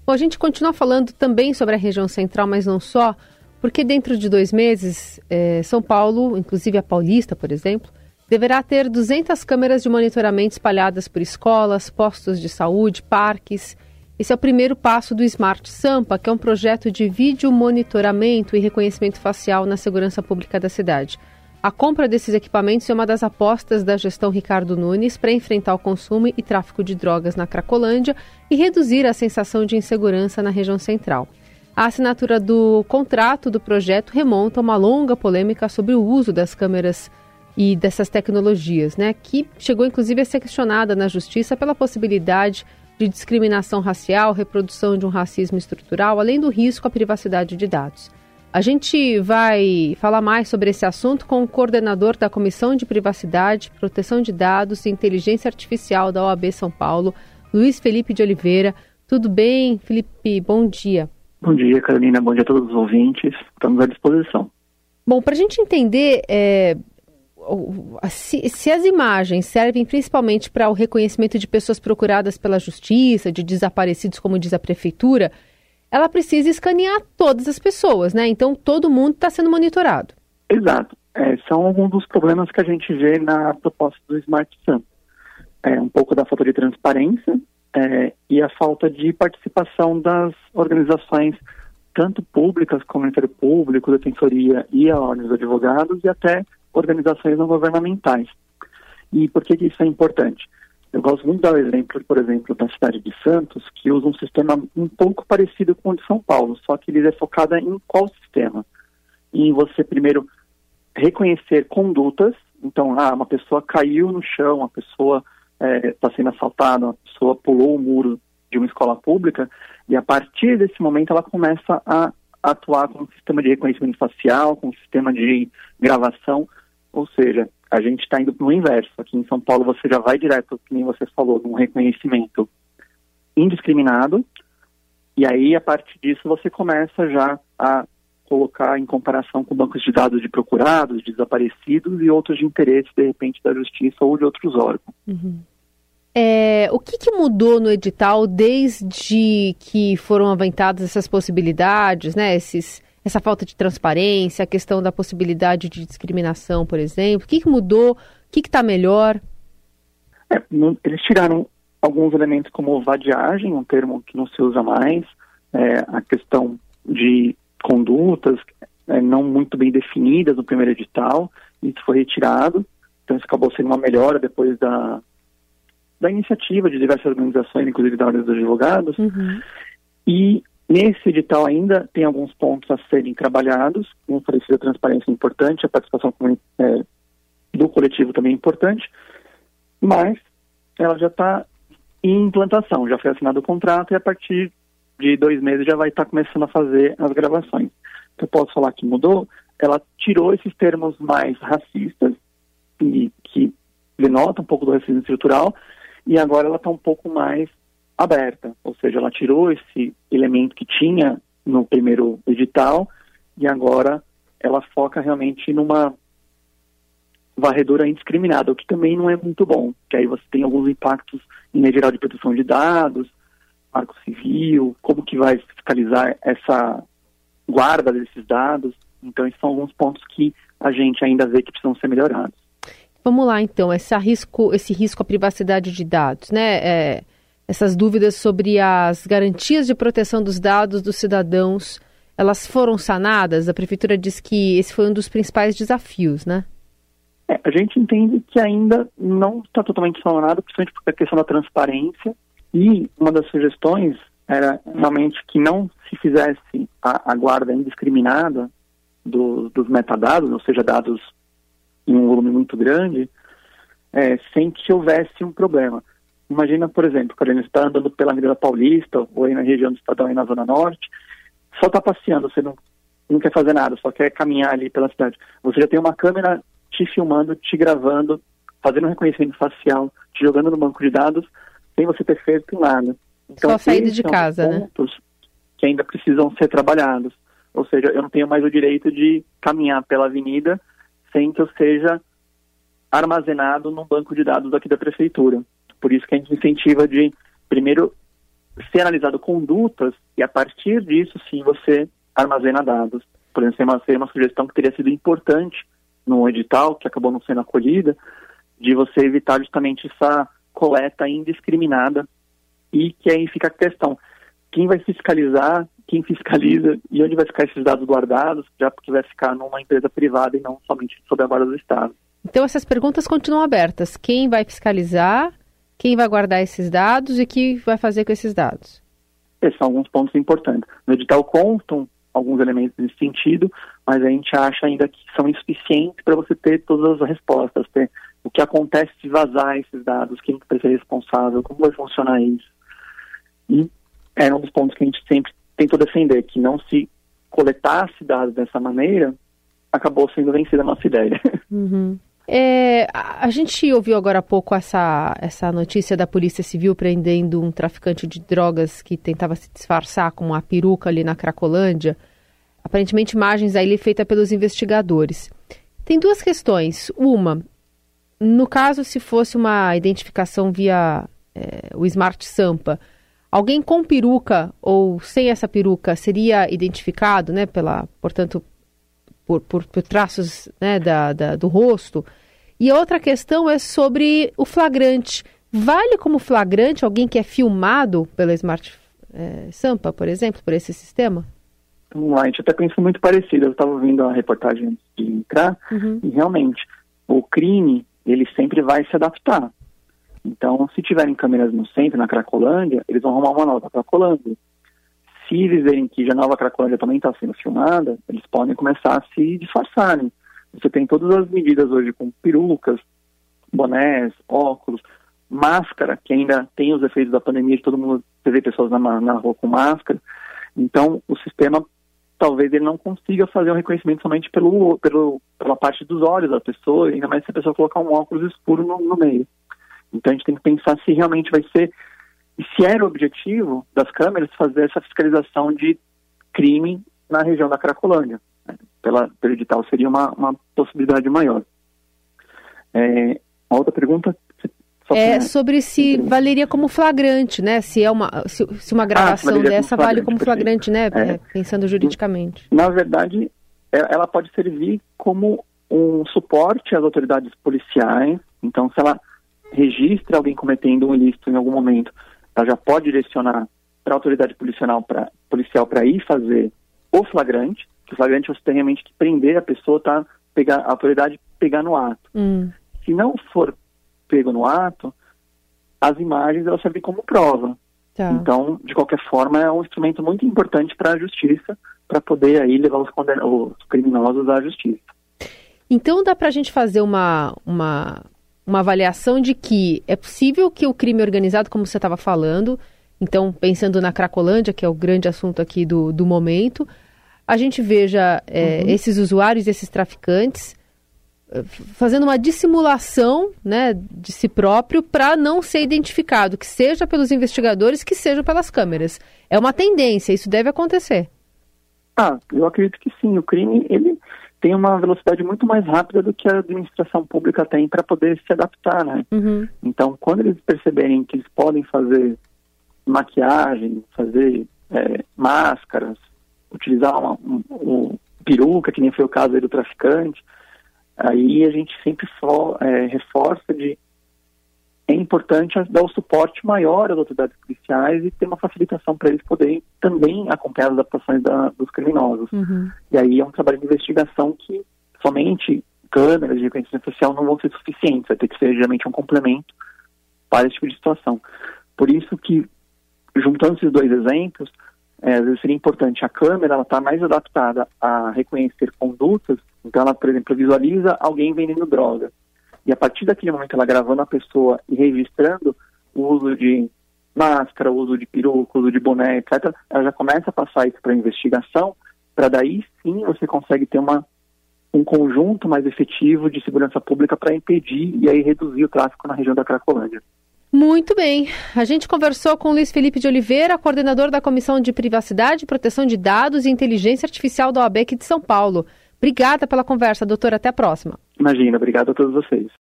Bom, a gente continua falando também sobre a região central, mas não só, porque dentro de 2 meses, São Paulo, inclusive a Paulista, por exemplo, deverá ter 200 câmeras de monitoramento espalhadas por escolas, postos de saúde, parques. Esse é o primeiro passo do Smart Sampa, que é um projeto de vídeo monitoramento e reconhecimento facial na segurança pública da cidade. A compra desses equipamentos é uma das apostas da gestão Ricardo Nunes para enfrentar o consumo e tráfico de drogas na Cracolândia e reduzir a sensação de insegurança na região central. A assinatura do contrato do projeto remonta a uma longa polêmica sobre o uso das câmeras e dessas tecnologias, que chegou inclusive a ser questionada na justiça pela possibilidade de discriminação racial, reprodução de um racismo estrutural, além do risco à privacidade de dados. A gente vai falar mais sobre esse assunto com o coordenador da Comissão de Privacidade, Proteção de Dados e Inteligência Artificial da OAB São Paulo, Luiz Felipe de Oliveira. Tudo bem, Felipe? Bom dia. Bom dia, Carolina. Bom dia a todos os ouvintes. Estamos à disposição. Bom, para a gente entender se as imagens servem principalmente para o reconhecimento de pessoas procuradas pela justiça, de desaparecidos, como diz a prefeitura, ela precisa escanear todas as pessoas, Então, todo mundo está sendo monitorado. Exato. São alguns dos problemas que a gente vê na proposta do Smart Sampa. Um pouco da falta de transparência e a falta de participação das organizações, tanto públicas como o Ministério Público, Defensoria e a Ordem dos Advogados, e até organizações não governamentais. E por que isso é importante? Eu gosto muito de dar o exemplo, por exemplo, da cidade de Santos, que usa um sistema um pouco parecido com o de São Paulo, só que ele é focado em qual sistema? Em você primeiro reconhecer condutas. Então, uma pessoa caiu no chão, uma pessoa está sendo assaltada, uma pessoa pulou o muro de uma escola pública, e a partir desse momento ela começa a atuar com um sistema de reconhecimento facial, com um sistema de gravação, ou seja, a gente está indo para o inverso. Aqui em São Paulo você já vai direto, como você falou, num reconhecimento indiscriminado, e aí a partir disso você começa já a colocar em comparação com bancos de dados de procurados, de desaparecidos e outros de interesse, de repente, da justiça ou de outros órgãos. Uhum. O que mudou no edital desde que foram aventadas essas possibilidades, essa falta de transparência, a questão da possibilidade de discriminação, por exemplo? O que mudou? O que está melhor? Eles tiraram alguns elementos como vadiagem, um termo que não se usa mais, a questão de condutas não muito bem definidas no primeiro edital, isso foi retirado, então isso acabou sendo uma melhora depois da iniciativa de diversas organizações, inclusive da Ordem dos Advogados, e nesse edital ainda tem alguns pontos a serem trabalhados, como eu falei, a transparência é importante, a participação do coletivo também é importante, mas ela já está em implantação, já foi assinado o contrato e a partir de 2 meses já vai estar começando a fazer as gravações. Eu posso falar que mudou, ela tirou esses termos mais racistas e que denotam um pouco do racismo estrutural, e agora ela está um pouco mais aberta, ou seja, ela tirou esse elemento que tinha no primeiro edital e agora ela foca realmente numa varredura indiscriminada, o que também não é muito bom, que aí você tem alguns impactos em lei geral de proteção de dados, marco civil, como que vai fiscalizar essa guarda desses dados. Então, esses são alguns pontos que a gente ainda vê que precisam ser melhorados. Vamos lá, então, esse risco à privacidade de dados, essas dúvidas sobre as garantias de proteção dos dados dos cidadãos, elas foram sanadas? A Prefeitura diz que esse foi um dos principais desafios, A gente entende que ainda não está totalmente sanado, principalmente porque a questão da transparência, e uma das sugestões era realmente que não se fizesse a guarda indiscriminada dos metadados, ou seja, dados em um volume muito grande, sem que houvesse um problema. Imagina, por exemplo, quando a gente está andando pela Avenida Paulista, ou aí na região do Estadão, aí na Zona Norte, só está passeando, você não quer fazer nada, só quer caminhar ali pela cidade. Você já tem uma câmera te filmando, te gravando, fazendo um reconhecimento facial, te jogando no banco de dados, sem você ter feito nada. Então, só saída de casa, pontos que ainda precisam ser trabalhados. Ou seja, eu não tenho mais o direito de caminhar pela avenida sem que eu seja armazenado num banco de dados aqui da Prefeitura. Por isso que a gente incentiva de, primeiro, ser analisado condutas e a partir disso sim você armazena dados. Por exemplo, seria uma sugestão que teria sido importante no edital, que acabou não sendo acolhida, de você evitar justamente essa coleta indiscriminada e que aí fica a questão, quem vai fiscalizar, quem fiscaliza e onde vai ficar esses dados guardados, já porque vai ficar numa empresa privada e não somente sob a guarda do Estado. Então essas perguntas continuam abertas. Quem vai fiscalizar, quem vai guardar esses dados e o que vai fazer com esses dados? Esses são alguns pontos importantes. No edital constam alguns elementos nesse sentido, mas a gente acha ainda que são insuficientes para você ter todas as respostas, ter o que acontece se vazar esses dados, quem vai ser responsável, como vai funcionar isso. E é um dos pontos que a gente sempre tentou defender, que não se coletasse dados dessa maneira, acabou sendo vencida a nossa ideia. Uhum. A gente ouviu agora há pouco essa notícia da Polícia Civil prendendo um traficante de drogas que tentava se disfarçar com uma peruca ali na Cracolândia. Aparentemente imagens aí feitas pelos investigadores. Tem duas questões. Uma, no caso se fosse uma identificação via o Smart Sampa, alguém com peruca ou sem essa peruca seria identificado, né, portanto, por traços, né, do rosto. E a outra questão é sobre o flagrante. Vale como flagrante alguém que é filmado pela Smart Sampa, por exemplo, por esse sistema? Vamos lá, a gente até pensou muito parecido. Eu estava ouvindo a reportagem antes de entrar, e realmente, o crime, ele sempre vai se adaptar. Então, se tiverem câmeras no centro, na Cracolândia, eles vão arrumar uma nova Cracolândia. Se eles verem que a nova Cracolândia também está sendo filmada, eles podem começar a se disfarçarem. Você tem todas as medidas hoje com perucas, bonés, óculos, máscara, que ainda tem os efeitos da pandemia, de todo mundo vê pessoas na rua com máscara. Então, o sistema, talvez ele não consiga fazer um reconhecimento somente pela parte dos olhos da pessoa, ainda mais se a pessoa colocar um óculos escuro no meio. Então, a gente tem que pensar se realmente vai ser, e se era o objetivo das câmeras fazer essa fiscalização de crime na região da Cracolândia. Pelo edital seria uma possibilidade maior. A outra pergunta... sobre se valeria como flagrante, né? Se uma gravação dessa vale como flagrante, né? Pensando juridicamente. Na verdade, ela pode servir como um suporte às autoridades policiais. Então, se ela registra alguém cometendo um ilícito em algum momento, ela já pode direcionar para a autoridade policial para ir fazer o flagrante, que o flagrante você tem realmente que prender a pessoa, a autoridade pegar no ato. Se não for pego no ato, as imagens elas servem como prova. Tá. Então, de qualquer forma, é um instrumento muito importante para a justiça, para poder aí levar os criminosos à justiça. Então dá para a gente fazer uma avaliação de que é possível que o crime organizado, como você estava falando, então pensando na Cracolândia, que é o grande assunto aqui do momento, a gente veja esses usuários, esses traficantes, fazendo uma dissimulação, né, de si próprio para não ser identificado, que seja pelos investigadores, que seja pelas câmeras. É uma tendência, isso deve acontecer. Eu acredito que sim. O crime, ele tem uma velocidade muito mais rápida do que a administração pública tem para poder se adaptar, né? Então, quando eles perceberem que eles podem fazer maquiagem, fazer máscaras, utilizar uma peruca, que nem foi o caso aí do traficante, aí a gente sempre reforça é importante dar o suporte maior às autoridades policiais e ter uma facilitação para eles poderem também acompanhar as adaptações dos criminosos. E aí é um trabalho de investigação que somente câmeras de reconhecimento facial não vão ser suficientes, vai ter que ser geralmente um complemento para esse tipo de situação. Por isso que, juntando esses dois exemplos, às vezes seria importante a câmera, ela está mais adaptada a reconhecer condutas. Então ela, por exemplo, visualiza alguém vendendo droga. E a partir daquele momento ela gravando a pessoa e registrando o uso de máscara, o uso de peruca, o uso de boné, etc., ela já começa a passar isso para a investigação, para daí sim você consegue ter um conjunto mais efetivo de segurança pública para impedir e aí reduzir o tráfico na região da Cracolândia. Muito bem. A gente conversou com Luiz Felipe de Oliveira, coordenador da Comissão de Privacidade, Proteção de Dados e Inteligência Artificial da OAB aqui de São Paulo. Obrigada pela conversa, doutor. Até a próxima. Imagina, obrigado a todos vocês.